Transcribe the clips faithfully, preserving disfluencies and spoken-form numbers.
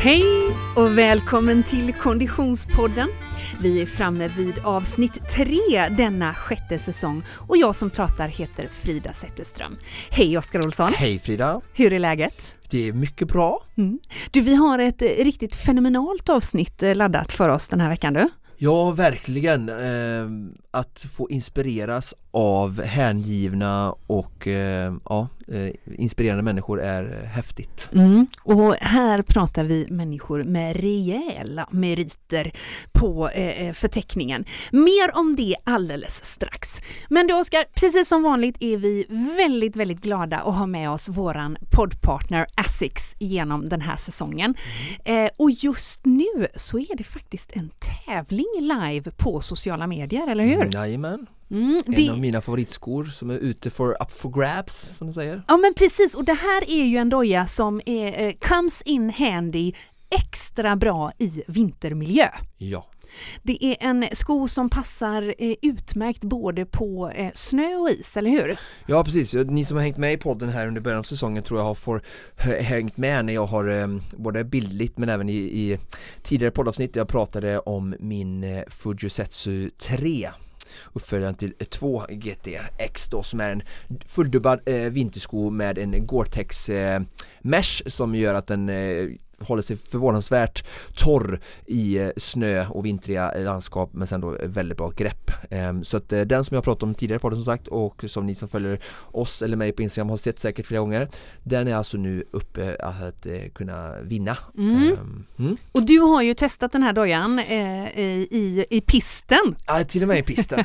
Hej och välkommen till Konditionspodden. Vi är framme vid avsnitt tre denna sjätte säsong och jag som pratar heter Frida Zetterström. Hej Oskar Olsson. Hej Frida. Hur är läget? Det är mycket bra. Mm. Du, vi har ett riktigt fenomenalt avsnitt laddat för oss den här veckan du. Ja, verkligen. Eh, att få inspireras av hängivna och eh, ja, eh, inspirerande människor är häftigt. Mm. Och här pratar vi människor med rejäla meriter på eh, förteckningen. Mer om det alldeles strax. Men du Oskar, precis som vanligt är vi väldigt, väldigt glada att ha med oss våran poddpartner Asics genom den här säsongen. Mm. Eh, och just nu så är det faktiskt en tävling live på sociala medier, eller hur? Mm, jajamän. Mm, det... En av mina favoritskor som är ute for up for grabs, som de säger. Ja, men precis. Och det här är ju en doja som är, eh, comes in handy extra bra i vintermiljö. Ja. Det är en sko som passar eh, utmärkt både på eh, snö och is, eller hur? Ja, precis. Ni som har hängt med i podden här under början av säsongen tror jag har får, hängt med när jag har eh, både bildligt men även i, i tidigare poddavsnitt där jag pratade om min eh, Fujisetsu tre. Uppföljaren till två G T X då, som är en fulldubbad eh, vintersko med en Gore-Tex eh, mesh som gör att den eh, håller sig förvånansvärt torr i eh, snö och vintriga landskap, men sen då väldigt bra grepp. Eh, så att eh, den som jag pratade om tidigare på det som sagt, och som ni som följer oss eller mig på Instagram har sett säkert flera gånger, den är alltså nu uppe att eh, kunna vinna. Mm. Eh, mm. Och du har ju testat den här dojan eh, i, i pisten. Ja, till och med i pisten.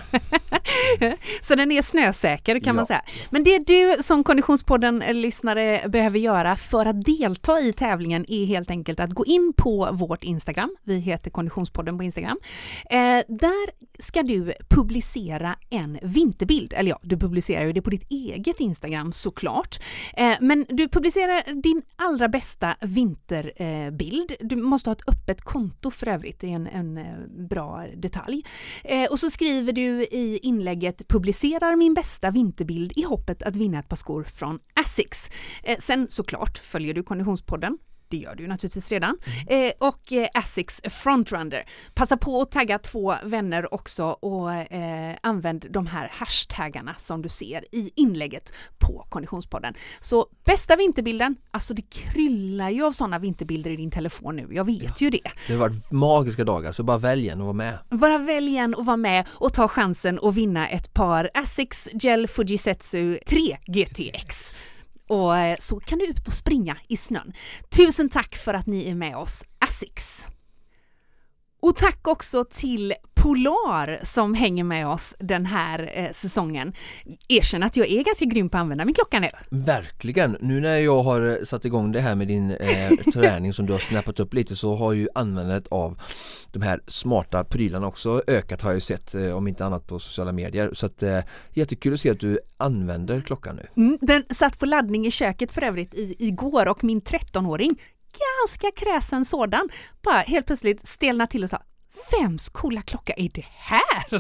Så den är snösäker kan ja. man säga. Men det du som Konditionspodden-lyssnare behöver göra för att delta i tävlingen är helt enkelt att gå in på vårt Instagram. Vi heter Konditionspodden på Instagram. Eh, där ska du publicera en vinterbild. Eller ja, du publicerar ju det på ditt eget Instagram såklart. Eh, men du publicerar din allra bästa vinterbild. Eh, du måste ha ett öppet konto för övrigt. Det är en, en bra detalj. Eh, och så skriver du i inlägget publicerar min bästa vinterbild i hoppet att vinna ett par skor från Asics. Eh, sen såklart följer du Konditionspodden. Det gör du ju naturligtvis redan. Mm. Eh, och eh, Asics Frontrunner. Passa på att tagga två vänner också och eh, använd de här hashtaggarna som du ser i inlägget på Konditionspodden. Så bästa vinterbilden, alltså det kryllar ju av sådana vinterbilder i din telefon nu. Jag vet ja. ju det. Det har varit magiska dagar, så bara välj en och var med. Bara välj en och vara med och ta chansen att vinna ett par Asics Gel Fujisetsu tre G T X. Och så kan du ut och springa i snön. Tusen tack för att ni är med oss, Asics. Och tack också till Polar som hänger med oss den här eh, säsongen. Erkänn att jag är ganska grym på att använda min klocka nu. Verkligen. Nu när jag har satt igång det här med din eh, träning som du har snappat upp lite, så har ju användandet av de här smarta prylarna också ökat, har jag ju sett, eh, om inte annat på sociala medier. Så att eh, jättekul att se att du använder klockan nu. Mm, den satt på laddning i köket för övrigt i, igår och min trettonåring, ganska kräsen sådan, bara helt plötsligt stelna till och sa: vems coola klocka är det här?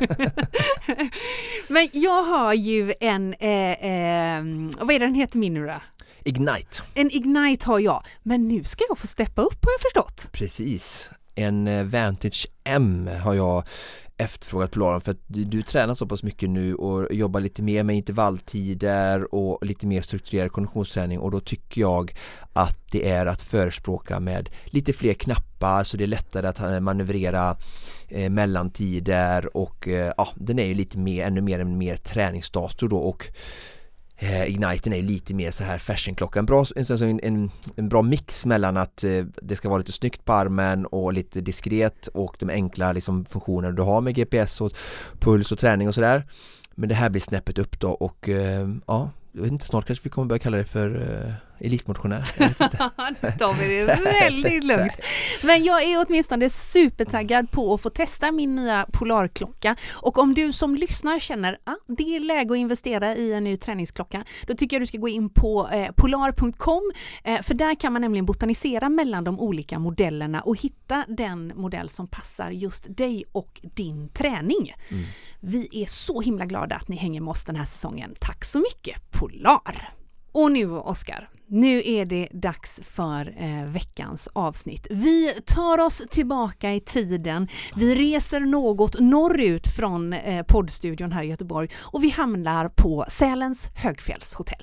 Men jag har ju en eh, eh, vad är den heter min nu då? Ignite. En Ignite har jag, men nu ska jag få steppa upp, har jag förstått. Precis. En Vantage M har jag efterfrågat på Lauren, för att du, du tränar så pass mycket nu och jobbar lite mer med intervalltider och lite mer strukturerad konditionsträning, och då tycker jag att det är att förespråka med lite fler knappar så det är lättare att manövrera eh, mellantider, och eh, ja, den är ju lite mer, ännu mer en mer träningsdator då, och Eh, Igniten är lite mer så här fashionklocka. En bra, en, en, en bra mix mellan att eh, det ska vara lite snyggt på armen och lite diskret, och de enkla liksom, funktioner du har med G P S och puls och träning och sådär. Men det här blir snäppet upp då, och eh, ja, jag vet inte, snart kanske vi kommer börja kalla det för eh, elitmotionär. Då blir det väldigt lugnt. Men jag är åtminstone supertaggad på att få testa min nya Polarklocka. Och om du som lyssnar känner att ah, det är läge att investera i en ny träningsklocka, då tycker jag du ska gå in på eh, polar punkt com, eh, för där kan man nämligen botanisera mellan de olika modellerna och hitta den modell som passar just dig och din träning. Mm. Vi är så himla glada att ni hänger med oss den här säsongen. Tack så mycket, Polar! Och nu Oskar, nu är det dags för eh, veckans avsnitt. Vi tar oss tillbaka i tiden. Vi reser något norrut från eh, poddstudion här i Göteborg och vi hamnar på Sälens Högfjällshotell.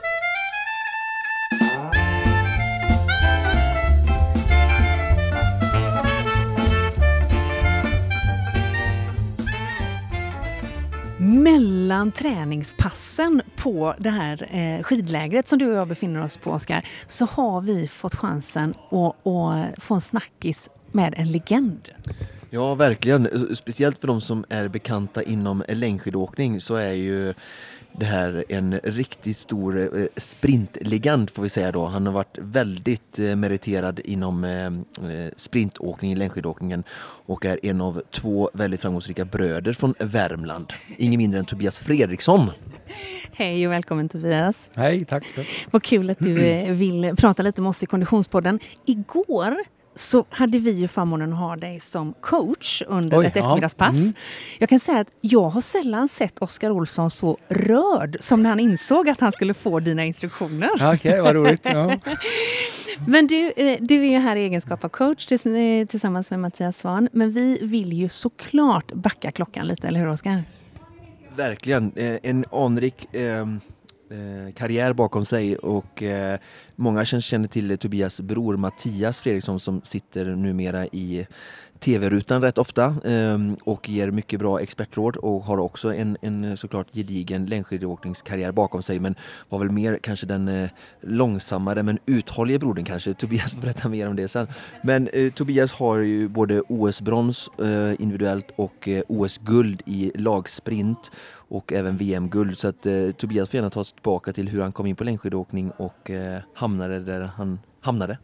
Mellan träningspassen på det här eh, skidlägret som du och jag befinner oss på, Oskar, så har vi fått chansen att, att få en snackis med en legend. Ja, verkligen. Speciellt för de som är bekanta inom längdskidåkning så är ju det här en riktigt stor sprintlegend får vi säga då. Han har varit väldigt meriterad inom sprintåkning i längdskidåkningen och är en av två väldigt framgångsrika bröder från Värmland. Ingen mindre än Tobias Fredriksson. Hej och välkommen Tobias. Hej, tack. Vad kul att du vill prata lite med oss i Konditionspodden. Igår så hade vi ju förmånen att ha dig som coach under Oj, ett eftermiddagspass. Ja. Mm. Jag kan säga att jag har sällan sett Oskar Olsson så rörd som när han insåg att han skulle få dina instruktioner. Okej, okay, vad roligt. Ja. Men du, du är ju här i egenskap av coach tillsammans med Mattias Svahn. Men vi vill ju såklart backa klockan lite, eller hur Oskar? Verkligen. En anrik eh, karriär bakom sig och eh, många känner till Tobias bror Mattias Fredriksson som sitter numera i tv-rutan rätt ofta eh, och ger mycket bra expertråd och har också en, en såklart gedigen längdskidåkningskarriär bakom sig, men var väl mer kanske den eh, långsammare men uthålliga brodern kanske. Tobias får berätta mer om det sen. Men eh, Tobias har ju både O S-brons eh, individuellt och eh, O S-guld i lagsprint och även V M-guld, så att eh, Tobias får gärna ta sig tillbaka till hur han kom in på längdskidåkning och eh, hamnade där han hamnade.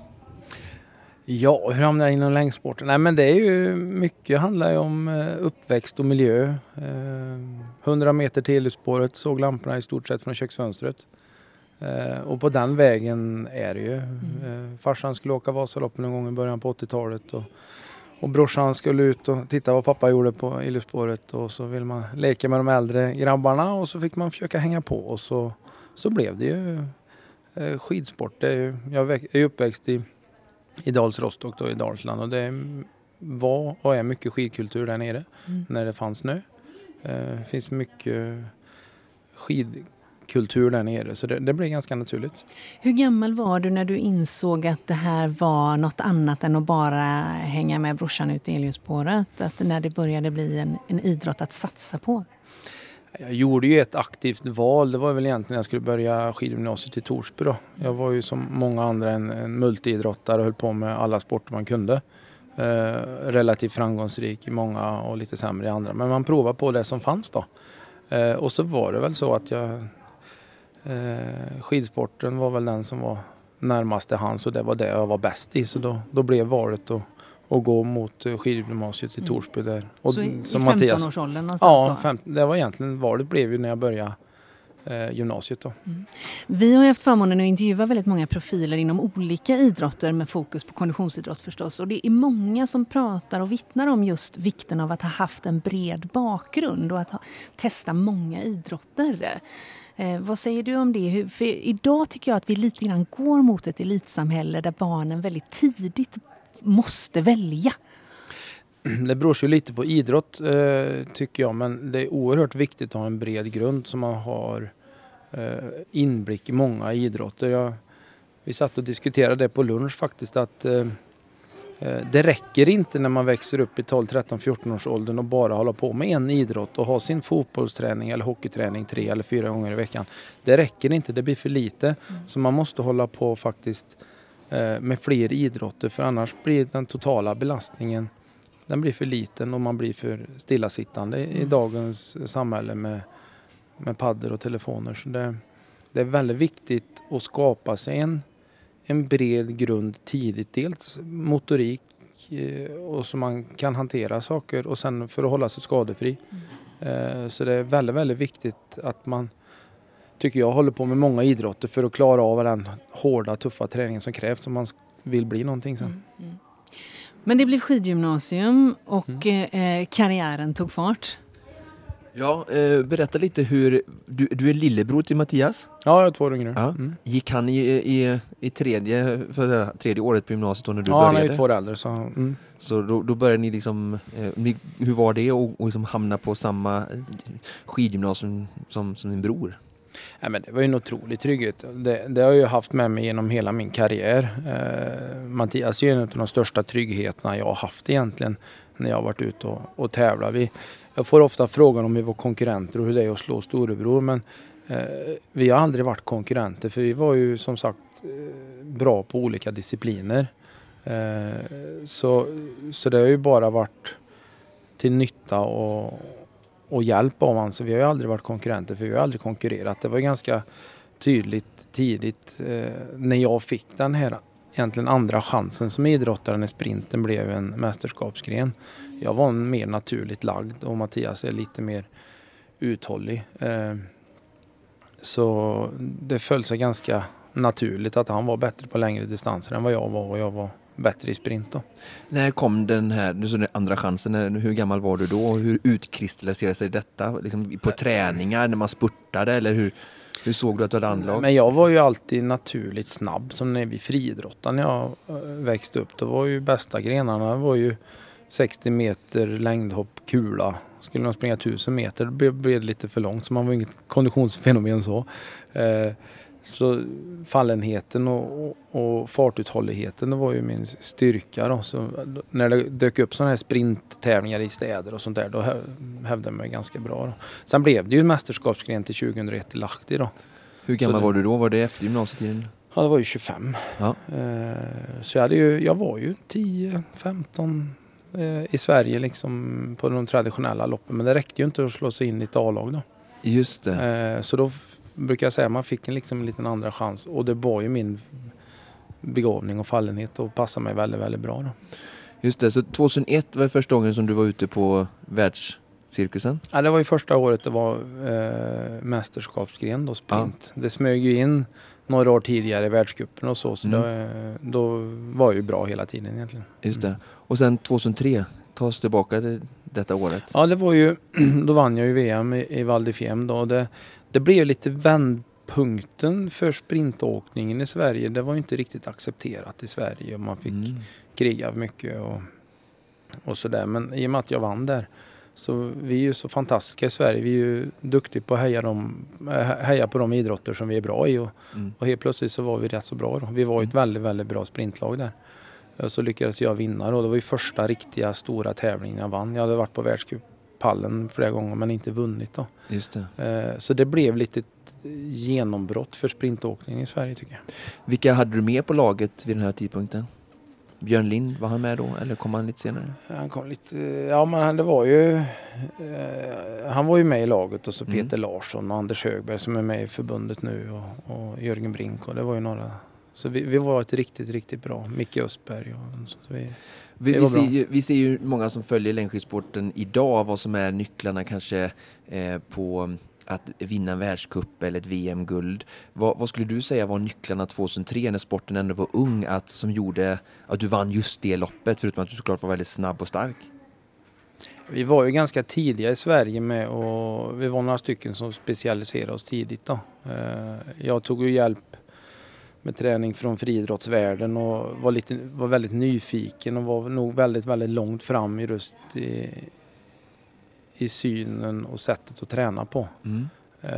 Ja, hur hamnar jag inom längdsporten? Nej, men det är ju mycket, handlar ju om uppväxt och miljö. hundra meter till elljusspåret, såg lamporna i stort sett från köksfönstret. Och på den vägen är det ju. Mm. Farsan skulle åka Vasaloppen någon gång i början på åttiotalet och, och brorsan skulle ut och titta vad pappa gjorde på elljusspåret, och så vill man leka med de äldre grabbarna och så fick man försöka hänga på, och så, så blev det ju skidsport. Det är ju, jag är uppväxt i i Dals Rostock då i Dalsland, och det var och är mycket skidkultur där nere mm. när det fanns snö. Det finns mycket skidkultur där nere, så det, det blev ganska naturligt. Hur gammal var du när du insåg att det här var något annat än att bara hänga med brorsan ut i elljusspåret? Att när det började bli en, en idrott att satsa på? Jag gjorde ju ett aktivt val. Det var väl egentligen när jag skulle börja skidgymnasiet i Torsby då. Jag var ju som många andra en, en multiidrottare och höll på med alla sporter man kunde. Eh, relativt framgångsrik i många och lite sämre i andra. Men man provade på det som fanns då. Eh, och så var det väl så att jag... Eh, skidsporten var väl den som var närmast till hands, och det var det jag var bäst i. Så då, då blev valet att och gå mot skidgymnasiet i Torsby där. Och så i, som i femton-årsåldern någonstans ja, fem, det var egentligen valet blev ju när jag började eh, gymnasiet då. Mm. Vi har ju haft förmånen att intervjua väldigt många profiler inom olika idrotter med fokus på konditionsidrott förstås. Och det är många som pratar och vittnar om just vikten av att ha haft en bred bakgrund och att ha, testa många idrotter. Eh, vad säger du om det? Hur, för idag tycker jag att vi lite grann går mot ett elitsamhälle där barnen väldigt tidigt måste välja. Det beror ju lite på idrott eh, tycker jag, men det är oerhört viktigt att ha en bred grund så man har eh, inblick i många idrotter. Jag, vi satt och diskuterade det på lunch faktiskt, att eh, det räcker inte när man växer upp i tolv, tretton, fjorton års åldern och bara hålla på med en idrott och ha sin fotbollsträning eller hockeyträning tre eller fyra gånger i veckan. Det räcker inte, det blir för lite. Mm. Så man måste hålla på faktiskt med fler idrotter, för annars blir den totala belastningen den blir för liten och man blir för stillasittande mm. i dagens samhälle med, med paddor och telefoner. Så det, det är väldigt viktigt att skapa sig en, en bred grund tidigt, dels motorik och så man kan hantera saker, och sen för att hålla sig skadefri. Mm. Så det är väldigt, väldigt viktigt att man, tycker jag, håller på med många idrotter för att klara av den hårda, tuffa träningen som krävs om man vill bli någonting sen. Mm, mm. Men det blev skidgymnasium och mm. eh, karriären tog fart. Ja, eh, berätta lite hur, du, du är lillebror till Mattias. Ja, jag har två yngre. Ja. Mm. Gick han i, i, i tredje, för, tredje året på gymnasiet då när du Ja, började? han är ju två år äldre. Så, mm. Så då, då började ni liksom, eh, ni, hur var det att och liksom hamna på samma skidgymnasium som, som din bror? Ja, men det var ju en otrolig trygghet. Det, det har jag ju haft med mig genom hela min karriär. Eh, Mattias är ju en av de största tryggheterna jag har haft egentligen när jag har varit ute och, och tävlat. Vi, jag får ofta frågan om vi var konkurrenter och hur det är att slå storebror, men eh, vi har aldrig varit konkurrenter för vi var ju som sagt eh, bra på olika discipliner. Eh, så, så det har ju bara varit till nytta och och hjälp av honom, så vi har ju aldrig varit konkurrenter för vi har aldrig konkurrerat. Det var ganska tydligt tidigt eh, när jag fick den här egentligen andra chansen som idrottare när sprinten blev en mästerskapsgren. Jag var en mer naturligt lagd och Mattias är lite mer uthållig. Eh, så det föll sig ganska naturligt att han var bättre på längre distanser än vad jag var och jag var bättre i sprint då. När kom den här du sa, den andra chansen? Hur gammal var du då? Hur utkristalliserade sig detta? Liksom på träningar när man spurtade eller hur, hur såg du att du hade anlag? Men jag var ju alltid naturligt snabb som när vi friidrottade när jag växte upp. Då var ju bästa grenarna var ju sextio meter längdhopp kula. Skulle man springa tusen meter då blev det lite för långt så man var inget konditionsfenomen så. Eh, Så fallenheten och, och, och fartuthålligheten det var ju min styrka då. Så när det dök upp sådana här sprinttävlingar i städer och sånt där då hävdade jag mig ganska bra då. Sen blev det ju en mästerskapsgren till tjugohundraett i Lahti då. Hur gammal det, var du då? Var det efter gymnasietiden? Ja, det var ju tjugofem. Ja. Eh, så jag, hade ju, jag var ju tio femton eh, i Sverige liksom på de traditionella loppen. Men det räckte ju inte att slå sig in i ett A-lag då. Just det. Eh, så då brukar jag säga att man fick en, liksom, en liten andra chans och det var ju min begåvning och fallenhet och passade mig väldigt, väldigt bra då. Just det, så tjugohundraett var första gången som du var ute på världscirkusen? Ja, det var ju första året det var eh, mästerskapsgren då, sprint. Ja. Det smög ju in några år tidigare i världscupen och så, så mm. då, då var ju bra hela tiden egentligen. Just det. Och sen tjugohundratre, ta oss tillbaka det, detta året. Ja, det var ju, då vann jag ju V M i, i Val di Fiemme då. Det, det blev lite vändpunkten för sprintåkningen i Sverige. Det var ju inte riktigt accepterat i Sverige och man fick mm. kriga mycket och, och sådär. Men i och med att jag vann där så vi är ju så fantastiska i Sverige. Vi är ju duktiga på att heja, dem, heja på de idrotter som vi är bra i och, mm. och helt plötsligt så var vi rätt så bra då. Vi var ju ett väldigt, väldigt bra sprintlag där. Så lyckades jag vinna och det var ju första riktiga stora tävlingen jag vann. Jag hade varit på världscuppallen flera gånger men inte vunnit då. Just det. Så det blev lite ett genombrott för sprintåkning i Sverige tycker jag. Vilka hade du med på laget vid den här tidpunkten? Björn Lind, var han med då eller kom han lite senare? Han kom lite, ja men det var ju eh, han var ju med i laget och så Peter mm. Larsson och Anders Högberg som är med i förbundet nu och, och Jörgen Brink och det var ju några. Så vi, vi var ett riktigt, riktigt bra. Micke Östberg och så vi, vi, vi, ser ju, vi ser ju många som följer längdskidsporten idag vad som är nycklarna kanske eh, på att vinna en världscup eller ett V M-guld. Vad, vad skulle du säga var nycklarna tjugohundratre när sporten ändå var ung att, som gjorde att du vann just det loppet förutom att du såklart var väldigt snabb och stark? Vi var ju ganska tidiga i Sverige med och vi var några stycken som specialiserade oss tidigt då. Jag tog ju hjälp med träning från friidrottsvärlden och var, lite, var väldigt nyfiken och var nog väldigt, väldigt långt fram i just i, i synen och sättet att träna på. Mm.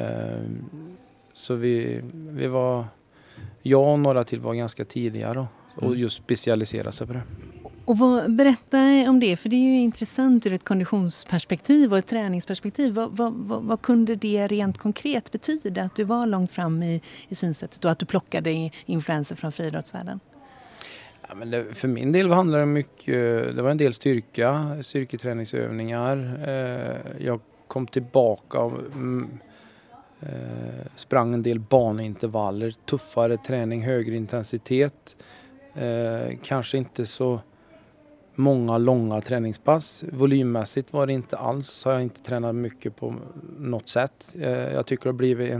Så vi, vi var, jag och några till var ganska tidiga då och just specialiserade sig på det. Och vad, berätta om det, för det är ju intressant ur ett konditionsperspektiv och ett träningsperspektiv. Vad, vad, vad, vad kunde det rent konkret betyda att du var långt fram i, i synsättet och att du plockade influenser från friidrottsvärlden? Ja, men det, för min del handlade det mycket, det var en del styrka, styrketräningsövningar. Eh, jag kom tillbaka och mm, eh, sprang en del banintervaller, tuffare träning, högre intensitet. Eh, kanske inte så många långa träningspass. Volymmässigt var det inte alls. Har jag inte tränat mycket på något sätt. Eh, jag tycker det har blivit en,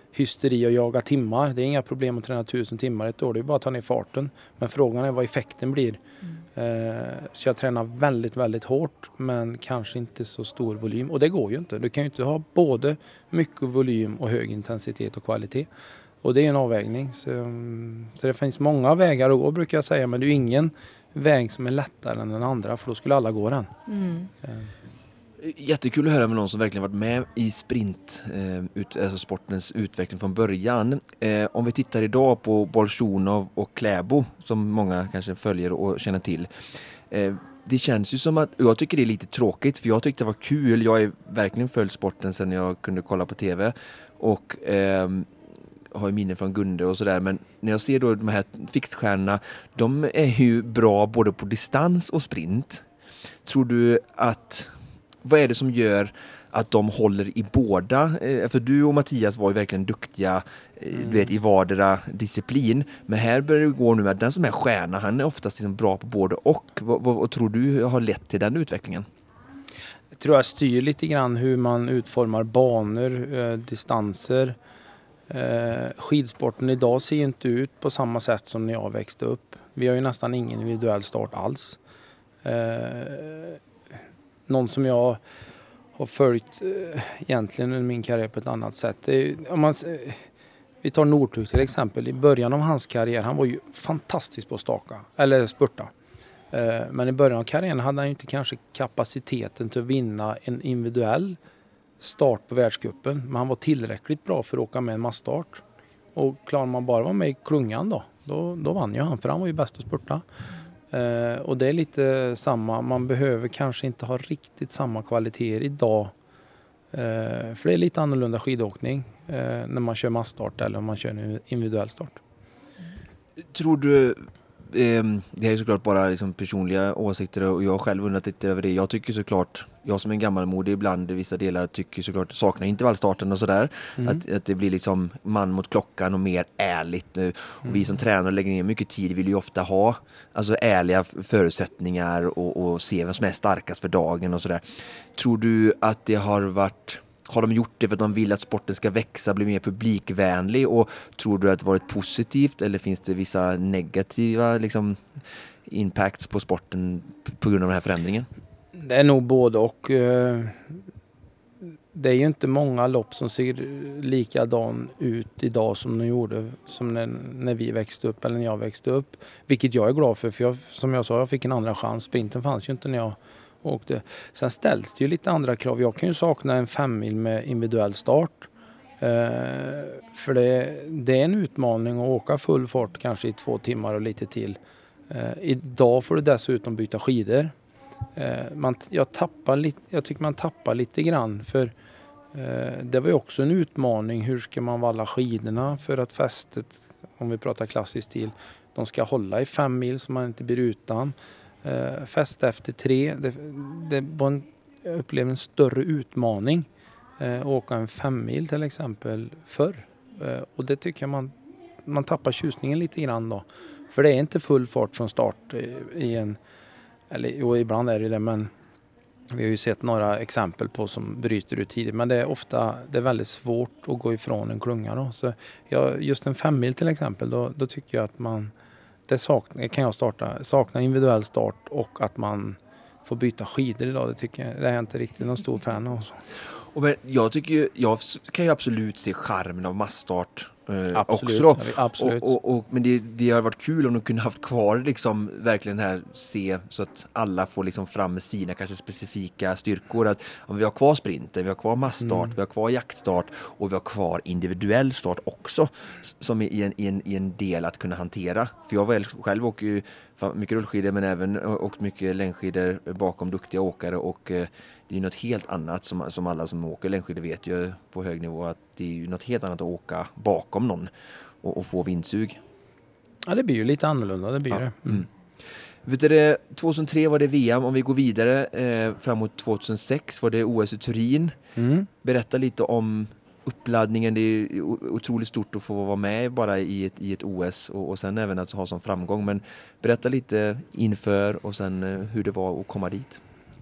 hysteri och jaga timmar. Det är inga problem att träna tusen timmar ett år. Det är bara att ta ner farten. Men frågan är vad effekten blir. Mm. Eh, så jag tränar väldigt, väldigt hårt men kanske inte så stor volym. Och det går ju inte. Du kan ju inte ha både mycket volym och hög intensitet och kvalitet. Och det är en avvägning. Så, så det finns många vägar att gå brukar jag säga. Men det är ingen väg som är lättare än den andra. För då skulle alla gå den. Mm. Eh. Jättekul att höra med någon som verkligen varit med i sprint, eh, ut, alltså sportens utveckling från början. Eh, om vi tittar idag på Bolsjunov och Kläbo som många kanske följer och känner till. Eh, det känns ju som att, jag tycker det är lite tråkigt för jag tyckte det var kul. Jag har verkligen följt sporten sedan jag kunde kolla på tv och eh, har ju minne från Gunde och sådär. Men när jag ser då de här fixstjärnorna, de är ju bra både på distans och sprint. Tror du att vad är det som gör att de håller i båda? För du och Mattias var ju verkligen duktiga mm. du vet, i vardera disciplin. Men här börjar det gå nu med att den som är stjärna, han är oftast liksom bra på både och. Vad, vad, vad tror du har lett till den utvecklingen? Jag tror jag styr lite grann hur man utformar banor, eh, distanser. Eh, skidsporten idag ser inte ut på samma sätt som när jag växte upp. Vi har ju nästan ingen individuell start alls. Eh, Någon som jag har följt eh, egentligen i min karriär på ett annat sätt. Det är, om man, eh, vi tar Nordtug till exempel. I början av hans karriär, han var ju fantastisk på att staka, eller spurta. Eh, men i början av karriären hade han ju inte kanske kapaciteten till att vinna en individuell start på världscupen. Men han var tillräckligt bra för att åka med en massstart. Och klarar man bara vara med i klungan då, då, då vann ju han, för han var ju bäst att spurta. Uh, och det är lite samma, man behöver kanske inte ha riktigt samma kvaliteter idag. Uh, för det är lite annorlunda skidåkning uh, när man kör massstart eller om man kör en individuell start. Tror du, eh, det är såklart bara liksom personliga åsikter och jag har själv undrat lite över det. Jag tycker såklart, jag som är en gammalmodig ibland i vissa delar tycker såklart saknar intervallstarten och sådär. Mm. Att, att det blir liksom man mot klockan och mer ärligt. Och mm. vi som tränar och lägger ner mycket tid vill ju ofta ha alltså ärliga förutsättningar och, och se vem som är starkast för dagen och sådär. Tror du att det har varit... Har de gjort det för att de vill att sporten ska växa, bli mer publikvänlig? Och tror du att det varit positivt eller finns det vissa negativa liksom, impacts på sporten på grund av den här förändringen? Det är nog både och. Det är ju inte många lopp som ser likadan ut idag som de gjorde som när, när vi växte upp eller när jag växte upp. Vilket jag är glad för, för jag, som jag sa, jag fick en andra chans. Sprinten fanns ju inte när jag åkte. Sen ställs det ju lite andra krav. Jag kan ju sakna en fem mil med individuell start. Eh, för det, det är en utmaning att åka full fart kanske i två timmar och lite till. Eh, idag får du dessutom byta skidor. Eh, man, jag, tappar lite, jag tycker man tappar lite grann. För eh, det var ju också en utmaning. Hur ska man valla skidorna för att fästet, om vi pratar klassisk stil, de ska hålla i fem mil så man inte blir utan. Uh, fäst efter tre, det, det var en, jag upplevde en större utmaning uh, att åka en fem mil till exempel förr. Uh, och det tycker jag man, man tappar tjusningen lite grann då. För det är inte full fart från start i, i en, eller jo, ibland är det det, men vi har ju sett några exempel på som bryter ut tidigt. Men det är ofta, det är väldigt svårt att gå ifrån en klunga då. Så jag, just en fem mil till exempel, då, då tycker jag att man Det saknar, kan jag starta, sakna individuell start och att man får byta skidor idag. Det tycker jag, det är inte riktigt någon stor fan av. Och men jag tycker ju, jag kan ju absolut se charmen av massstart eh, absolut, också. Ja, absolut. Och, och, och, men det, det har varit kul om de kunde haft kvar liksom verkligen här se så att alla får liksom fram med sina kanske specifika styrkor. Att om vi har kvar sprinter, vi har kvar massstart, mm. vi har kvar jaktstart och vi har kvar individuell start också som i en, i en, i en del att kunna hantera. För jag väl själv åker ju mycket rullskidor men även åkt mycket längdskidor bakom duktiga åkare och eh, det är ju något helt annat som, som alla som åker längdskidor vet ju på hög nivå att det är ju något helt annat att åka bakom någon och, och få vindsug. Ja, det blir ju lite annorlunda, det blir ja. det. Mm. Mm. Vet du, tjugohundratre var det V M, om vi går vidare eh, framåt tjugohundrasex var det O S i Turin. Mm. Berätta lite om uppladdningen, det är otroligt stort att få vara med bara i ett, i ett O S och, och sen även att ha som framgång. Men berätta lite inför och sen hur det var att komma dit.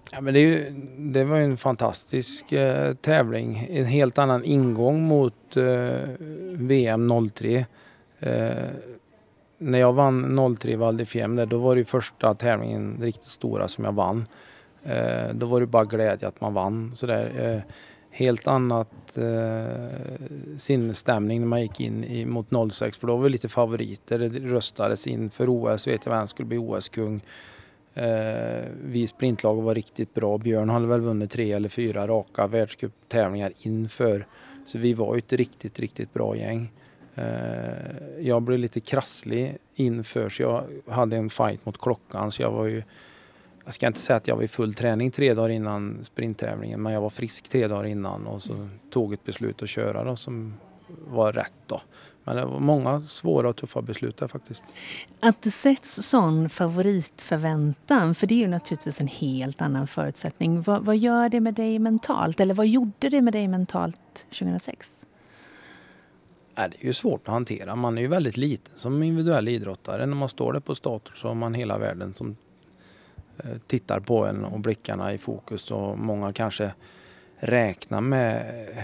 Ja, men det, är ju, det var ju en fantastisk eh, tävling. En helt annan ingång mot eh, V M noll tre. Eh, när jag vann noll tre Val di Fiemme, då var det ju första tävlingen riktigt stora som jag vann. Eh, då var det bara glädje att man vann. Så där, eh, helt annat eh, sinnesstämning när man gick in i, mot noll sex. För då var vi lite favoriter. Det röstades in för O S. Vet jag vem skulle bli O S-kung. Eh, vi sprintlag var riktigt bra. Björn hade väl vunnit tre eller fyra raka världscuptävlingar inför. Så vi var ju ett riktigt, riktigt bra gäng. Eh, jag blev lite krasslig inför, så jag hade en fight mot klockan. Så jag var ju, jag ska inte säga att jag var i full träning tre dagar innan sprinttävlingen, men jag var frisk tre dagar innan och så tog ett beslut att köra då, som var rätt då. Men det var många svåra och tuffa beslut där faktiskt. Att det sätts sån favoritförväntan, för det är ju naturligtvis en helt annan förutsättning. Vad, vad gör det med dig mentalt? Eller vad gjorde det med dig mentalt tjugohundrasex? Ja, det är ju svårt att hantera. Man är ju väldigt liten som individuell idrottare. När man står där på start så har man hela världen som eh, tittar på en och blickarna i fokus. Och många kanske räknar med...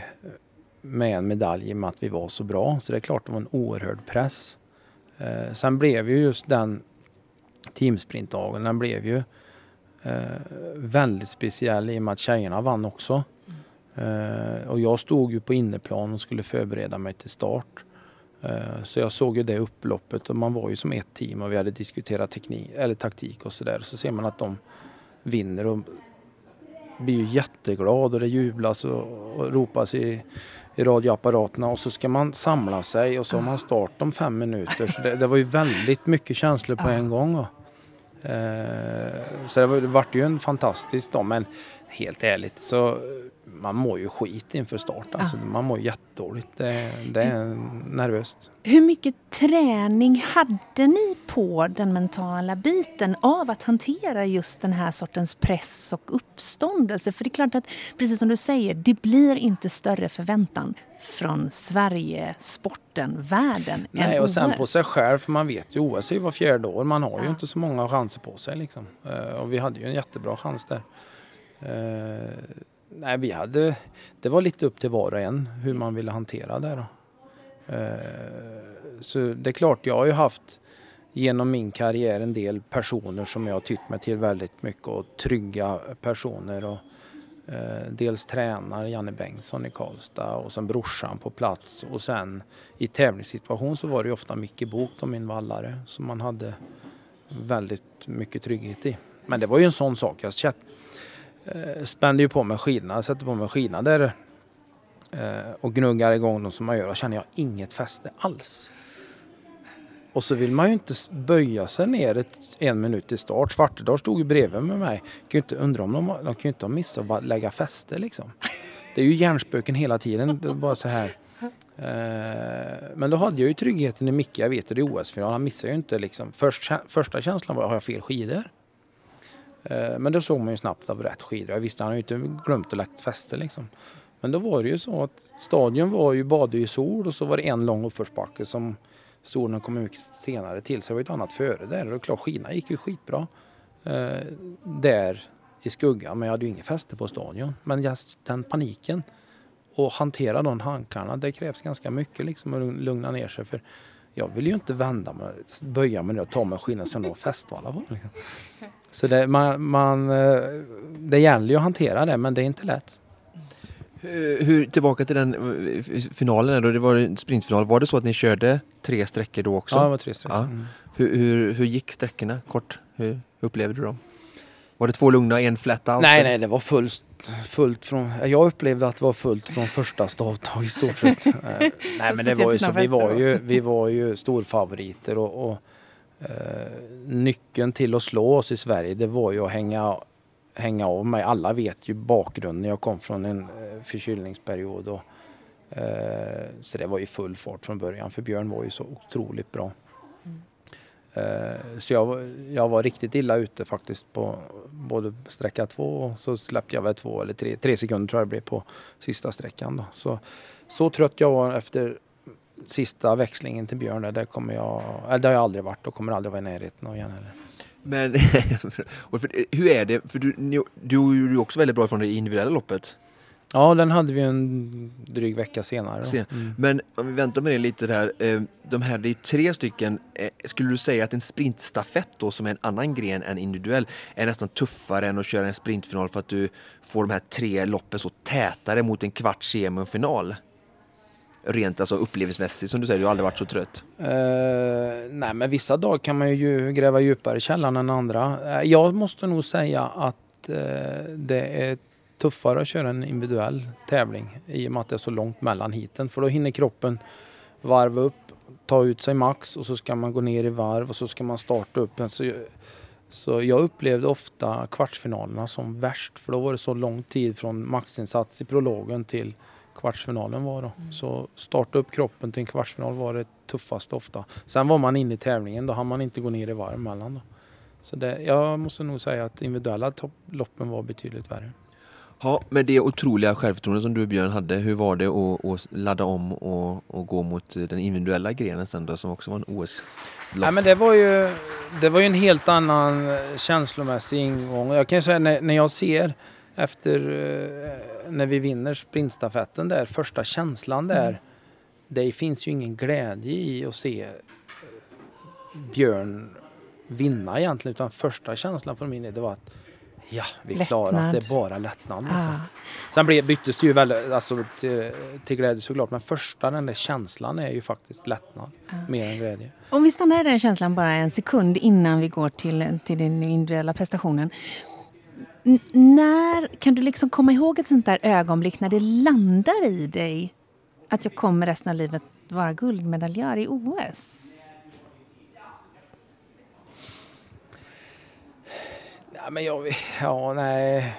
med en medalj i och med att vi var så bra. Så det är klart det var en oerhörd press. Eh, sen blev ju just den teamsprintdagen, den blev ju eh, väldigt speciell i och med att tjejerna vann också. Eh, och jag stod ju på inneplan och skulle förbereda mig till start. Eh, så jag såg ju det upploppet och man var ju som ett team och vi hade diskuterat teknik, eller taktik och sådär. Så ser man att de vinner och blir ju jätteglad och det jublas och, och ropas i i radioapparaterna och så ska man samla sig och så har man start om fem minuter. Så det, det var ju väldigt mycket känslor på en gång. Och, eh, så det var, det var ju en fantastisk dag, men helt ärligt så man mår ju skit inför start. Alltså, man mår jättedåligt. Det, det är nervöst. Hur mycket träning hade ni på den mentala biten av att hantera just den här sortens press och uppståndelse? För det är klart att, precis som du säger, det blir inte större förväntan från Sverige, sporten, världen. Nej, än och sen O S. på sig själv, för man vet ju, O S är ju var fjärde år. Man har Ja. ju inte så många chanser på sig liksom. Och vi hade ju en jättebra chans där. Uh, nej, vi hade, det var lite upp till var och en hur man ville hantera det då. Uh, så det är klart, jag har ju haft genom min karriär en del personer som jag har tyckt mig till väldigt mycket och trygga personer och uh, dels tränare Janne Bengtsson i Karlstad och sen brorsan på plats och sen i tävlingssituation så var det ju ofta Micke Bok, och min vallare, som man hade väldigt mycket trygghet i. Men det var ju en sån sak, jag chatt spände ju på mig skidorna, sätter på mig skidorna där eh, och gnuggar igång dem som man gör och känner jag inget fäste alls. Och så vill man ju inte böja sig ner ett, en minut i start. Svartedal stod ju bredvid med mig. Jag kan ju inte undra om de, de kan ju inte ha missat att lägga fäste liksom. Det är ju hjärnspöken hela tiden, det är bara så här. Eh, men då hade jag ju tryggheten i Micke, jag vet det är O S-final, han missar ju inte liksom. Först, första känslan var, har jag fel skidor? Men då såg man ju snabbt av rätt skidor. Jag visste han hade ju inte glömt att lägga fäste liksom. Men då var det ju så att stadion var ju badade i sol och så var det en lång uppförsbacke som solen kom mycket senare till. Så det var ett annat före där. Och klart, skidorna gick ju skitbra eh, där i skuggan. Men jag hade ju inget fäste på stadion. Men just den paniken och hantera de hankarna, det krävs ganska mycket liksom att lugna ner sig. För jag vill ju inte vända mig, böja mig och ta mig skidorna sen och fästvala på liksom. Så det, man, man, det gäller ju att hantera det, men det är inte lätt. Hur, tillbaka till den finalen då, det var en sprintfinal. Var det så att ni körde tre sträckor då också? Ja, det var tre sträckor. Ja. Mm. Hur, hur, hur gick sträckorna kort? Hur, hur upplevde du dem? Var det två lugna, en flat out? Nej, nej, det var fullt, fullt från... Jag upplevde att det var fullt från första startdag i stort sett. nej, men det var ju så, vi var ju, vi var ju storfavoriter och, och eh, nyckeln till att slå oss i Sverige, det var ju att hänga, hänga av mig. Alla vet ju bakgrunden. Jag kom från en eh, förkylningsperiod och eh, så det var ju full fart från början, för Björn var ju så otroligt bra. Mm. Så jag, jag var riktigt illa ute faktiskt på både sträcka två och så släppte jag väl två eller tre, tre sekunder tror jag det blev på sista sträckan då. Så, så trött jag var efter sista växlingen till Björn där, där kommer jag, eller det har jag aldrig varit och kommer aldrig vara i närheten av igen heller. Men och för, hur är det? För du, ni, du är ju också väldigt bra från det individuella loppet. Ja, den hade vi en dryg vecka senare. Sen. Mm. Men om vi väntar med det lite där. Eh, de här, det är tre stycken. Eh, skulle du säga att en sprintstafett då, som är en annan gren än individuell, är nästan tuffare än att köra en sprintfinal för att du får de här tre loppen så tätare mot en kvart, semi och final? Rent alltså upplevelsemässigt, som du säger, du har aldrig varit så trött. Uh, nej, men vissa dagar kan man ju gräva djupare i källan än andra. Uh, jag måste nog säga att uh, det är tuffare att köra en individuell tävling i och med att det är så långt mellan hiten. För då hinner kroppen varva upp, ta ut sig max och så ska man gå ner i varv och så ska man starta upp. Så, så jag upplevde ofta kvartsfinalerna som värst, för då var det så lång tid från maxinsats i prologen till kvartsfinalen var då. Mm. Så starta upp kroppen till en kvartsfinal var det tuffaste ofta. Sen var man inne i tävlingen, då hann man inte gå ner i varv mellan då. Så det, jag måste nog säga att individuella loppen var betydligt värre. Ja, men det otroliga självförtroende som du, Björn, hade, hur var det att, att ladda om och, och gå mot den individuella grenen sen då, som också var en O S-lopp? Ja, men det var ju det var ju en helt annan känslomässig ingång. Jag kan säga när, när jag ser efter när vi vinner sprintstafetten där, första känslan där, mm. det finns ju ingen glädje i att se Björn vinna egentligen, utan första känslan för mig det var att ja, vi klarar att det är bara lättnad. Ah. Sen blev, byttes det ju väldigt alltså, till, till glädje såklart, men första den där känslan är ju faktiskt lättnad, ah. mer än glädje. Om vi stannar i den känslan bara en sekund innan vi går till, till den individuella prestationen. N- när kan du liksom komma ihåg ett sånt där ögonblick när det landar i dig att jag kommer resten av livet vara guldmedaljör i O S? Ja, men jag, ja, nej.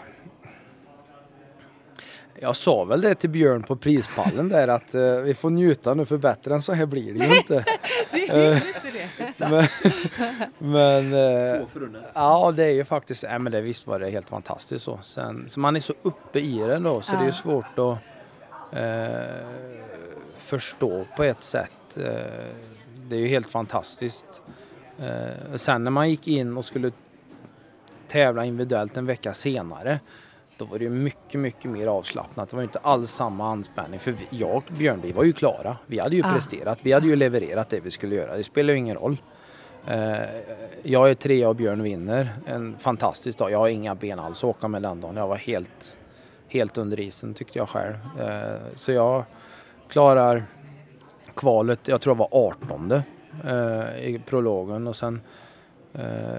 Jag sa väl det till Björn på prispallen där att uh, vi får njuta nu, för bättre än så här blir det ju inte. Det är uh, inte det. men men uh, ja, det är ju faktiskt, ja, men det visst var det helt fantastiskt så. Sen, så man är så uppe i det då, så ja. Det är ju svårt att uh, förstå på ett sätt. Uh, det är ju helt fantastiskt. Uh, sen när man gick in och skulle tävla individuellt en vecka senare, då var det ju mycket, mycket mer avslappnat. Det var ju inte alls samma anspänning. För vi, jag och Björn, vi var ju klara. Vi hade ju ah. presterat. Vi hade ju levererat det vi skulle göra. Det spelar ju ingen roll. Uh, jag är tre och Björn vinner. En fantastisk dag. Jag har inga ben alls att åka med den dagen. Jag var helt, helt under isen, tyckte jag själv. Uh, så jag klarar kvalet, jag tror jag var artonde uh, i prologen. Och sen uh,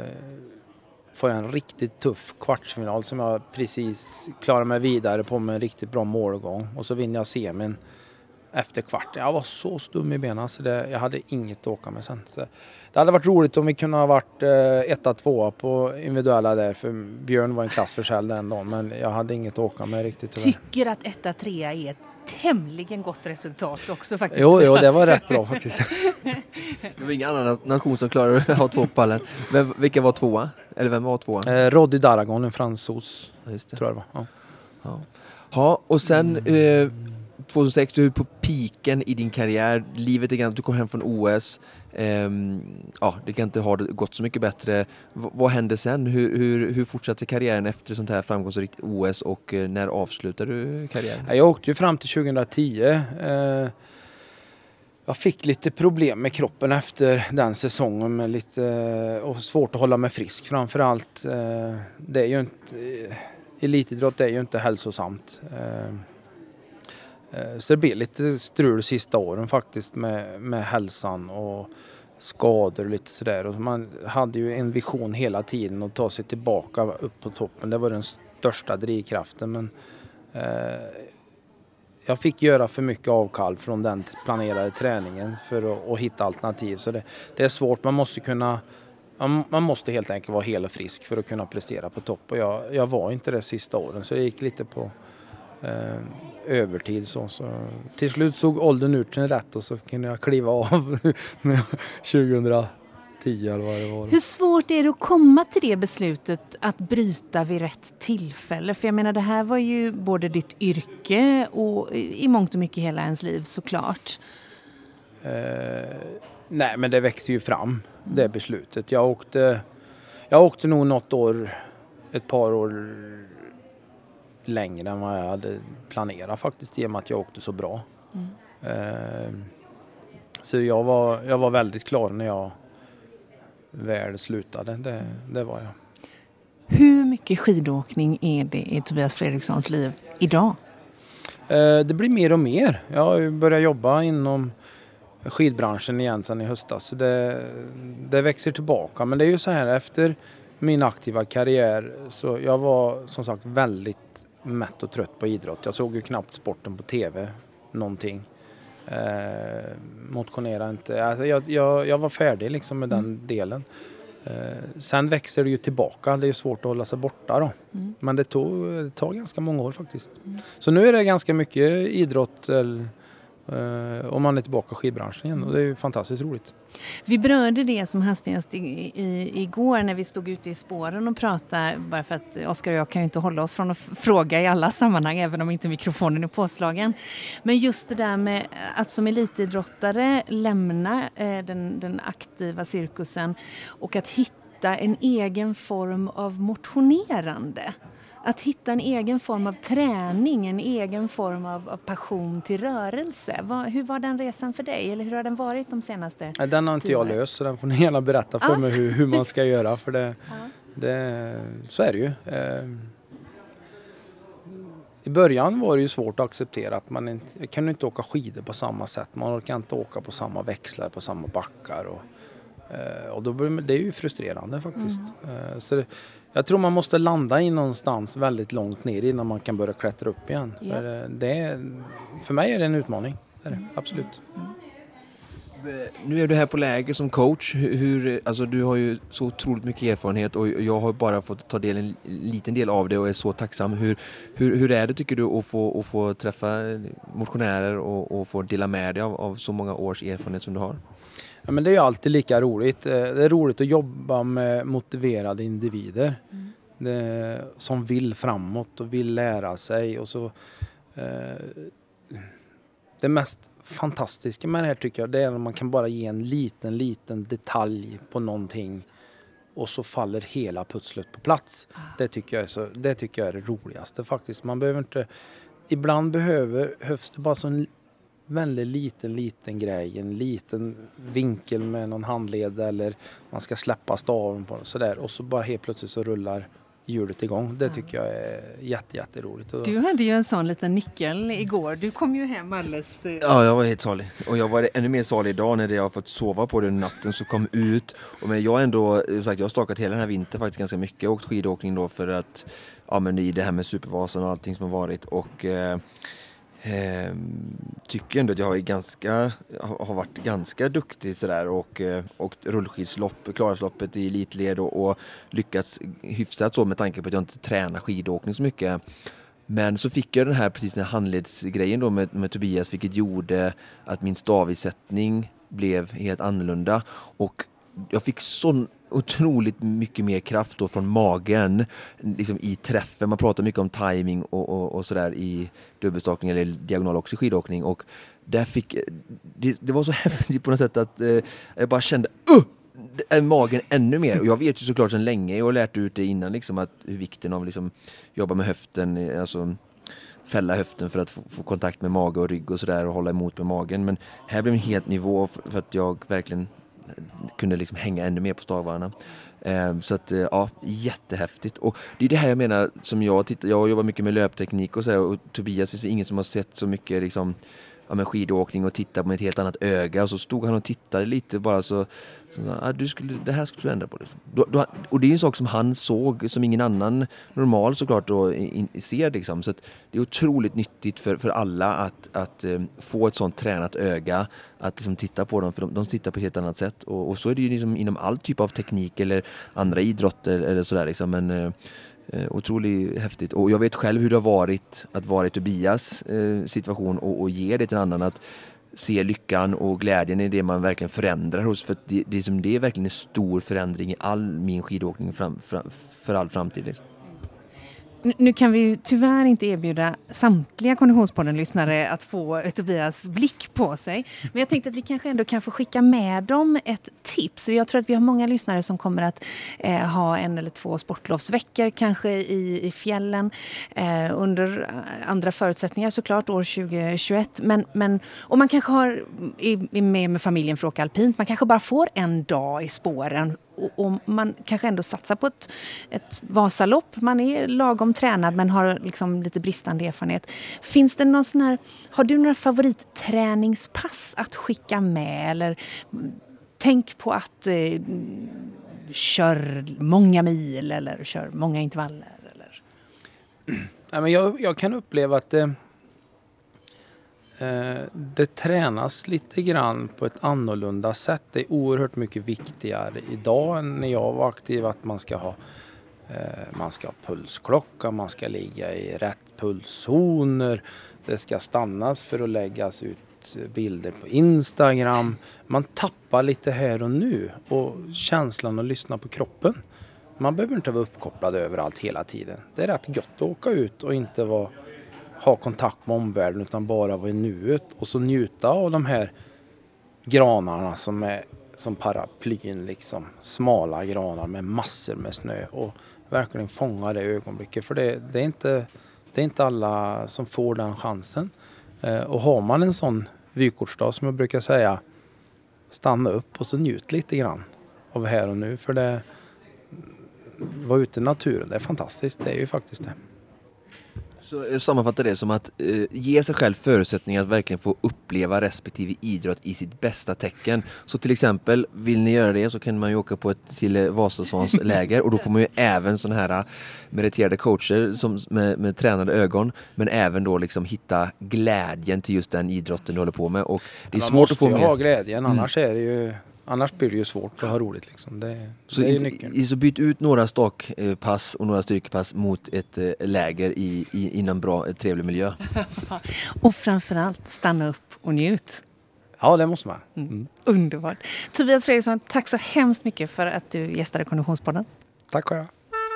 får jag en riktigt tuff kvartsfinal som jag precis klarar mig vidare på med en riktigt bra målgång. Och så vinner jag semin efter kvart. Jag var så stum i benen så det, jag hade inget att åka med sen. Så det hade varit roligt om vi kunde ha varit eh, etta, tvåa på individuella där. För Björn var en klass för sig den dagen, men jag hade inget att åka med riktigt. Tycker att etta, trea är ett tämligen gott resultat också faktiskt. Jo, jo, det var rätt bra faktiskt. Det var ingen annan nation som klarade att ha två på pallen. Vem, vilka var tvåa? Eller vem var tvåa? Eh, Roddy Daragon, en fransos. Ja, just det. Tror jag det var. Ja, ja. ja och sen eh, tjugohundrasex, du är på piken i din karriär. Livet är ganska, du kom hem från O S. Um, ja, det kan inte ha gått så mycket bättre. V- vad hände sen? Hur, hur, hur fortsatte karriären efter sånt här framgångsrikt O S och uh, när avslutade du karriären? Jag åkte ju fram till tjugohundratio. Uh, jag fick lite problem med kroppen efter den säsongen med lite, uh, och svårt att hålla mig frisk framförallt. Uh, det är ju inte, uh, elitidrott är ju inte hälsosamt. Uh, Så det blev lite strul sista åren faktiskt med, med hälsan och skador och lite sådär. Och man hade ju en vision hela tiden att ta sig tillbaka upp på toppen. Det var den största drivkraften. Men eh, jag fick göra för mycket avkall från den planerade träningen för att, att hitta alternativ. Så det, det är svårt. Man måste kunna... Man, man måste helt enkelt vara hel och frisk för att kunna prestera på topp. Och jag, jag var inte det sista åren, så jag gick lite på... Eh, övertid så, så till slut såg åldern ut till en rätt och så kunde jag kliva av med tjugohundratio eller vad det var. Hur svårt är det att komma till det beslutet att bryta vid rätt tillfälle? För jag menar, det här var ju både ditt yrke och i mångt och mycket hela ens liv såklart. Eh, nej, men det växer ju fram, det beslutet. Jag åkte Jag åkte nog något år, ett par år längre än vad jag hade planerat faktiskt, i och med att jag åkte så bra. Mm. Eh, så jag var, jag var väldigt klar när jag väl slutade, det, det var jag. Hur mycket skidåkning är det i Tobias Fredrikssons liv idag? Eh, det blir mer och mer. Jag har börjat jobba inom skidbranschen igen sedan i höstas. Så det, det växer tillbaka. Men det är ju så här, efter min aktiva karriär så jag var som sagt väldigt mätt och trött på idrott. Jag såg ju knappt sporten på tv, någonting. Eh, motionera inte. Alltså jag, jag, jag var färdig liksom med den mm. delen. Eh, sen växer det ju tillbaka. Det är svårt att hålla sig borta då. Mm. Men det tog, det tar ganska många år faktiskt. Mm. Så nu är det ganska mycket idrott eller, eh, om man är tillbaka i skidbranschen igen. Och det är ju fantastiskt roligt. Vi berörde det som hastigast i, i, igår när vi stod ute i spåren och pratade. Bara för att Oskar och jag kan ju inte hålla oss från att fråga i alla sammanhang, även om inte mikrofonen är påslagen. Men just det där med att som elitidrottare lämna eh, den, den aktiva cirkusen och att hitta en egen form av motionerande. Att hitta en egen form av träning, en egen form av, av passion till rörelse. Vad, hur var den resan för dig? Eller hur har den varit de senaste Nej, den har inte jag löst, så den får ni gärna berätta för ah. mig hur, hur man ska göra. För det, ah. det, så är det ju. Eh, I början var det ju svårt att acceptera att man inte, jag kan inte åka skidor på samma sätt. Man kan inte åka på samma växlar, på samma backar. Och, eh, och då blir det är ju frustrerande faktiskt. Mm. Eh, så det, Jag tror man måste landa i någonstans väldigt långt ner innan man kan börja klättra upp igen. Ja. För, det är, för mig är det en utmaning, det är det, absolut. Mm. Nu är du här på läger som coach. Hur, alltså du har ju så otroligt mycket erfarenhet och jag har bara fått ta del en liten del av det och är så tacksam. Hur, hur, hur är det tycker du att få, att få träffa motionärer och, och få dela med dig av, av så många års erfarenhet som du har? Ja, men det är ju alltid lika roligt. Det är roligt att jobba med motiverade individer mm. det, som vill framåt och vill lära sig. Och så, eh, det mest fantastiska med det här tycker jag det är att man kan bara ge en liten, liten detalj på någonting och så faller hela pusslet på plats. Ah. Det, tycker jag är så, det tycker jag är det roligaste faktiskt. Man behöver inte, ibland behöver, behövs det bara så en väldigt liten, liten grej. En liten vinkel med någon handled eller man ska släppa staven på sådär. Och så bara helt plötsligt så rullar hjulet igång. Det tycker jag är jätte, jätteroligt. Du hade ju en sån liten nyckel igår. Du kom ju hem alldeles... Ja, jag var helt salig. Och jag var ännu mer salig idag när jag har fått sova på den natten så kom ut. Och men jag ändå, sagt, jag har stakat hela den här vintern faktiskt ganska mycket. Jag har åkt skidåkning då för att, ja men i det här med Supervasan och allting som har varit. Och... Eh, Eh, tycker ändå att jag är ganska, har varit ganska duktig sådär och, och rullskidslopp, Klarasloppet i elitled och, och lyckats hyfsat så med tanke på att jag inte tränar skidåkning så mycket. Men så fick jag den här precis den här handledsgrejen då med, med Tobias, vilket gjorde att min stavisättning blev helt annorlunda och jag fick sån otroligt mycket mer kraft då från magen liksom i träffen. Man pratar mycket om timing och, och, och sådär i dubbelstakning eller diagonal också i skidåkning och där fick det, det var så häftigt på något sätt att eh, jag bara kände uh, magen ännu mer och jag vet ju såklart sedan länge, jag har lärt ut det innan liksom att hur vikten av liksom jobba med höften, alltså fälla höften för att få, få kontakt med mage och rygg och sådär och hålla emot med magen, men här blev en helt nivå för, för att jag verkligen kunde liksom hänga ännu mer på stavvarna. Eh, så att, eh, ja, jättehäftigt. Och det är det här jag menar som jag tittar, jag jobbar mycket med löpteknik och sådär och Tobias, finns det ingen som har sett så mycket liksom, ja, med skidåkning och titta med ett helt annat öga och så stod han och tittade lite bara så, så ah, du skulle, det här skulle du ändra på liksom. Då, då, och det är en sak som han såg som ingen annan normal såklart då in, ser liksom. Så att det är otroligt nyttigt för, för alla att, att um, få ett sånt tränat öga att liksom, titta på dem, för de, de tittar på ett helt annat sätt och, och så är det ju liksom inom all typ av teknik eller andra idrotter eller sådär liksom, men uh, Eh, otroligt häftigt. Och jag vet själv hur det har varit att vara i Tobias eh, situation och, och ge det till en annan, att se lyckan och glädjen i det man verkligen förändrar hos, för det, det, är som det är verkligen en stor förändring i all min skidåkning fram, fram, för all framtid liksom. Nu kan vi ju tyvärr inte erbjuda samtliga Konditionspodden-lyssnare att få Tobias blick på sig. Men jag tänkte att vi kanske ändå kan få skicka med dem ett tips. Jag tror att vi har många lyssnare som kommer att eh, ha en eller två sportlovsveckor kanske i, i fjällen eh, under andra förutsättningar såklart år tjugo tjugoett. Men, men, och man kanske har, är med med familjen för att åka alpint. Man kanske bara får en dag i spåren. Och, och man kanske ändå satsar på ett, ett Vasalopp. Man är lagom tränad men har liksom lite bristande erfarenhet. Finns det någon sån här, har du några favoritträningspass att skicka med? Eller tänk på att eh, kör många mil eller kör många intervaller? Eller? Nej, men jag, jag kan uppleva att det, eh, det tränas lite grann på ett annorlunda sätt. Det är oerhört mycket viktigare idag än när jag var aktiv att man ska ha eh, man ska ha pulsklocka, man ska ligga i rätt pulszoner, det ska stannas för att läggas ut bilder på Instagram. Man tappar lite här och nu och känslan att lyssna på kroppen. Man behöver inte vara uppkopplad överallt hela tiden. Det är rätt gott att åka ut och inte vara, ha kontakt med omvärlden utan bara vara i nuet och så njuta av de här granarna som är som paraplyn liksom. Smala granar med massor med snö och verkligen fånga det ögonblicket. För det, det, är inte, det är inte alla som får den chansen. Eh, och har man en sån vykortsdag som jag brukar säga, stanna upp och så njut lite grann av här och nu. För det vara ute i naturen, det är fantastiskt. Det är ju faktiskt det. Så jag sammanfattar det som att eh, ge sig själv förutsättningar att verkligen få uppleva respektive idrott i sitt bästa tecken. Så till exempel, vill ni göra det så kan man ju åka på ett till eh, Vasasvans läger och då får man ju även sådana här meriterade coacher som, med, med tränade ögon, men även då liksom hitta glädjen till just den idrotten du håller på med. Och det är man svårt att få med. med. Ha glädjen, annars mm. är det ju Annars blir det ju svårt att ha roligt liksom. Det, så det är inte, nyckeln. Så byt ut några stakpass och några styrkepass mot ett äh, läger i, i, inom bra, ett trevlig miljö. Och framförallt stanna upp och njut. Ja, det måste man. Mm. Mm. Underbart. Tobias Fredriksson, tack så hemskt mycket för att du gästade Konditionspodden. Tack själv.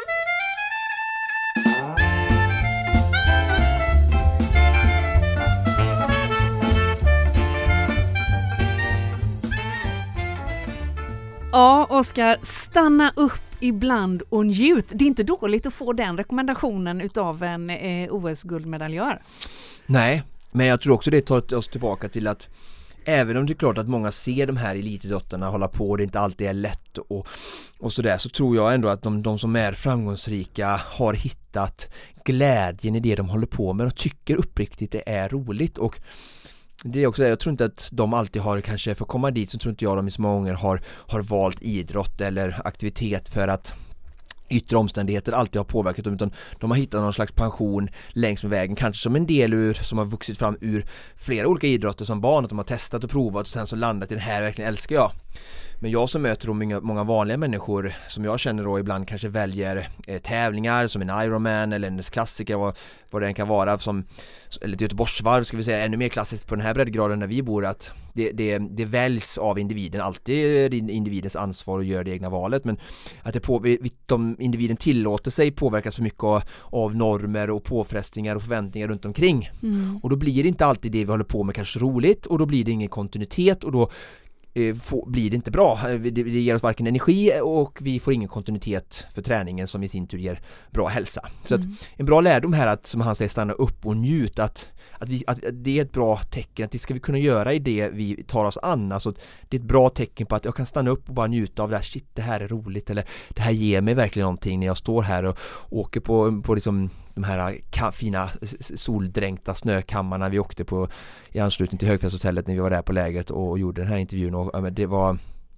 Ja, Oskar, stanna upp ibland och njut. Det är inte dåligt att få den rekommendationen utav en eh, O S-guldmedaljör. Nej, men jag tror också det tar oss tillbaka till att även om det är klart att många ser de här elitidrottarna hålla på och det inte alltid är lätt och, och sådär, så tror jag ändå att de, de som är framgångsrika har hittat glädjen i det de håller på med och tycker uppriktigt det är roligt. Och det är också, jag tror inte att de alltid har, kanske för att komma dit så tror inte jag de i så många gånger har, har valt idrott eller aktivitet för att yttre omständigheter alltid har påverkat dem, utan de har hittat någon slags pension längs med vägen, kanske som en del ur, som har vuxit fram ur flera olika idrotter som barn, att de har testat och provat och sen så landat i den här, verkligen älskar jag. Men jag som möter många, många vanliga människor som jag känner då ibland kanske väljer eh, tävlingar som en Ironman eller en klassiker, vad, vad det än kan vara, som, eller ett Göteborgsvarv ska vi säga, ännu mer klassiskt på den här breddgraden där vi bor, att det, det, det väljs av individen, alltid individens ansvar att göra det egna valet, men att det på, de individen tillåter sig påverkas för mycket av, av normer och påfrestningar och förväntningar runt omkring. Mm. Och då blir det inte alltid det vi håller på med kanske roligt, och då blir det ingen kontinuitet och då Få, blir det inte bra. Det, det ger oss varken energi och vi får ingen kontinuitet för träningen som i sin tur ger bra hälsa. Så mm. att en bra lärdom här att, som han säger, stanna upp och njut, att, att, vi, att det är ett bra tecken, att det ska vi kunna göra i det vi tar oss an. Alltså det är ett bra tecken på att jag kan stanna upp och bara njuta av det här, shit det här är roligt, eller det här ger mig verkligen någonting när jag står här och åker på, på liksom de här ka- fina soldränkta snökammarna vi åkte på i anslutning till Högfjällshotellet när vi var där på lägret och, och gjorde den här intervjun, och ja, men det var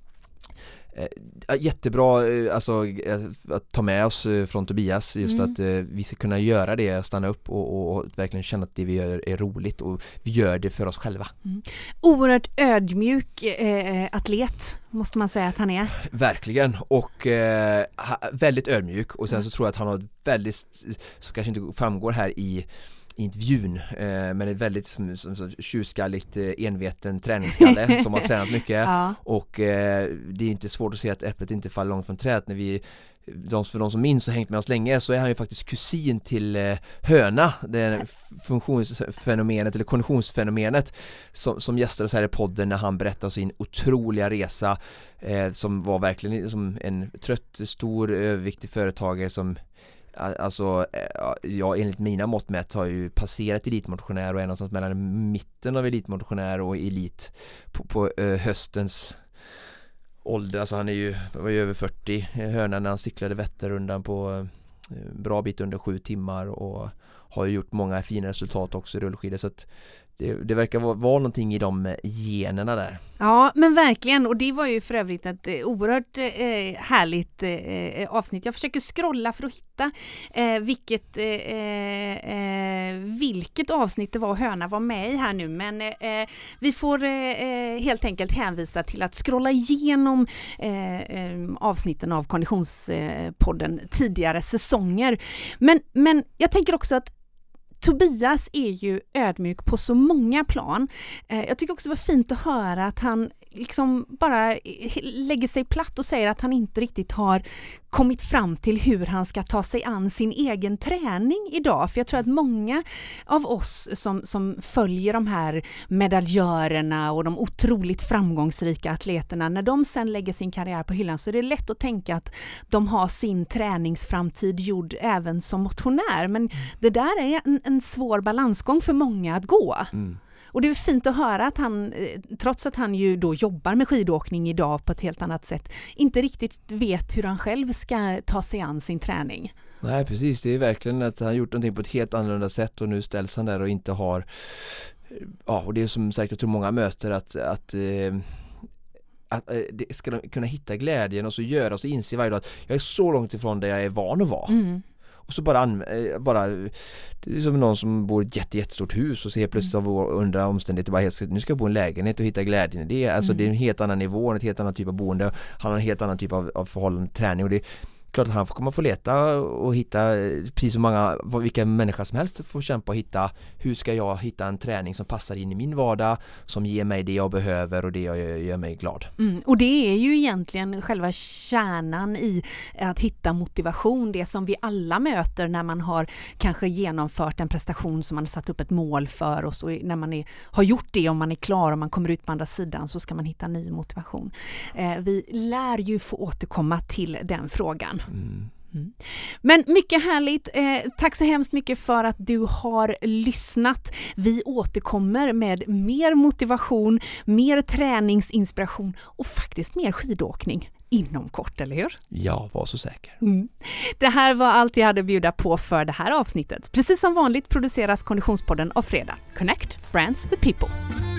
eh, jättebra eh, alltså, eh, att ta med oss eh, från Tobias just mm. att eh, vi ska kunna göra det, stanna upp och, och, och verkligen känna att det vi gör är roligt och vi gör det för oss själva. Mm. Oerhört ödmjuk eh, atlet måste man säga att han är. Verkligen, och eh, väldigt ödmjuk, och sen så tror jag att han har väldigt, så kanske inte framgår här i intervjun eh, men är väldigt som, som, som tjurskalligt eh, enveten träningsskalle som har tränat mycket ja. och eh, det är inte svårt att se att äpplet inte faller långt från trädet. När vi de, för de som minns och hängt med oss länge så är han ju faktiskt kusin till eh, höna, det funktionsfenomenet eller konditionsfenomenet som, som gästade oss här i podden när han berättade sin otroliga resa eh, som var verkligen som en trött, stor, överviktig företagare som alltså, ja, enligt mina mått mätt har ju passerat elitmotionär och är någonstans mellan mitten av elitmotionär och elit på, på uh, höstens ålder. Alltså han är ju, var ju över fyrtio hönan när han cyklade Vätternrundan på uh, bra bit under sju timmar och har ju gjort många fina resultat också i rullskidor så att det, det verkar vara, vara någonting i de generna där. Ja, men verkligen. Och det var ju för övrigt ett eh, oerhört eh, härligt eh, avsnitt. Jag försöker scrolla för att hitta eh, vilket, eh, eh, vilket avsnitt det var höna var med i här nu. Men eh, vi får eh, helt enkelt hänvisa till att scrolla igenom eh, eh, avsnitten av Konditionspodden tidigare säsonger. Men, men jag tänker också att Tobias är ju ödmjuk på så många plan. Eh, jag tycker också det var fint att höra att han liksom bara lägger sig platt och säger att han inte riktigt har kommit fram till hur han ska ta sig an sin egen träning idag. För jag tror att många av oss som, som följer de här medaljörerna och de otroligt framgångsrika atleterna, när de sen lägger sin karriär på hyllan så är det lätt att tänka att de har sin träningsframtid gjord även som motionär. Men det där är en, en svår balansgång för många att gå. Mm. Och det är fint att höra att han, trots att han ju då jobbar med skidåkning idag på ett helt annat sätt, inte riktigt vet hur han själv ska ta sig an sin träning. Nej, precis. Det är verkligen att han har gjort någonting på ett helt annorlunda sätt och nu ställs han där och inte har, ja, och det är som sagt jag tror många möter att, att att det ska de kunna hitta glädjen och så göra och så inse varje dag att jag är så långt ifrån där jag är van att vara. Mm. Och så bara, bara det är som någon som bor i ett jätte, jättestort hus och ser plötsligt av under omständigheter bara nu ska jag bo i en lägenhet och hitta glädjen i det. Alltså mm. det är en helt annan nivå, en helt annan typ av boende. Han har en helt annan typ av, av förhållande träning och det är klart att han kommer få leta och hitta precis så många, vilka människor som helst får kämpa och hitta hur ska jag hitta en träning som passar in i min vardag, som ger mig det jag behöver och det jag gör, gör mig glad. Mm, och det är ju egentligen själva kärnan i att hitta motivation, det som vi alla möter när man har kanske genomfört en prestation som man har satt upp ett mål för och så när man är, har gjort det och man är klar och man kommer ut på andra sidan så ska man hitta ny motivation. Eh, vi lär ju få återkomma till den frågan. Mm. Mm. Men mycket härligt. Eh, tack så hemskt mycket för att du har lyssnat. Vi återkommer med mer motivation, mer träningsinspiration och faktiskt mer skidåkning inom kort, eller hur? Ja, var så säker. Mm. Det här var allt vi hade att bjuda på för det här avsnittet. Precis som vanligt produceras Konditionspodden av Fredag. Connect Brands with People.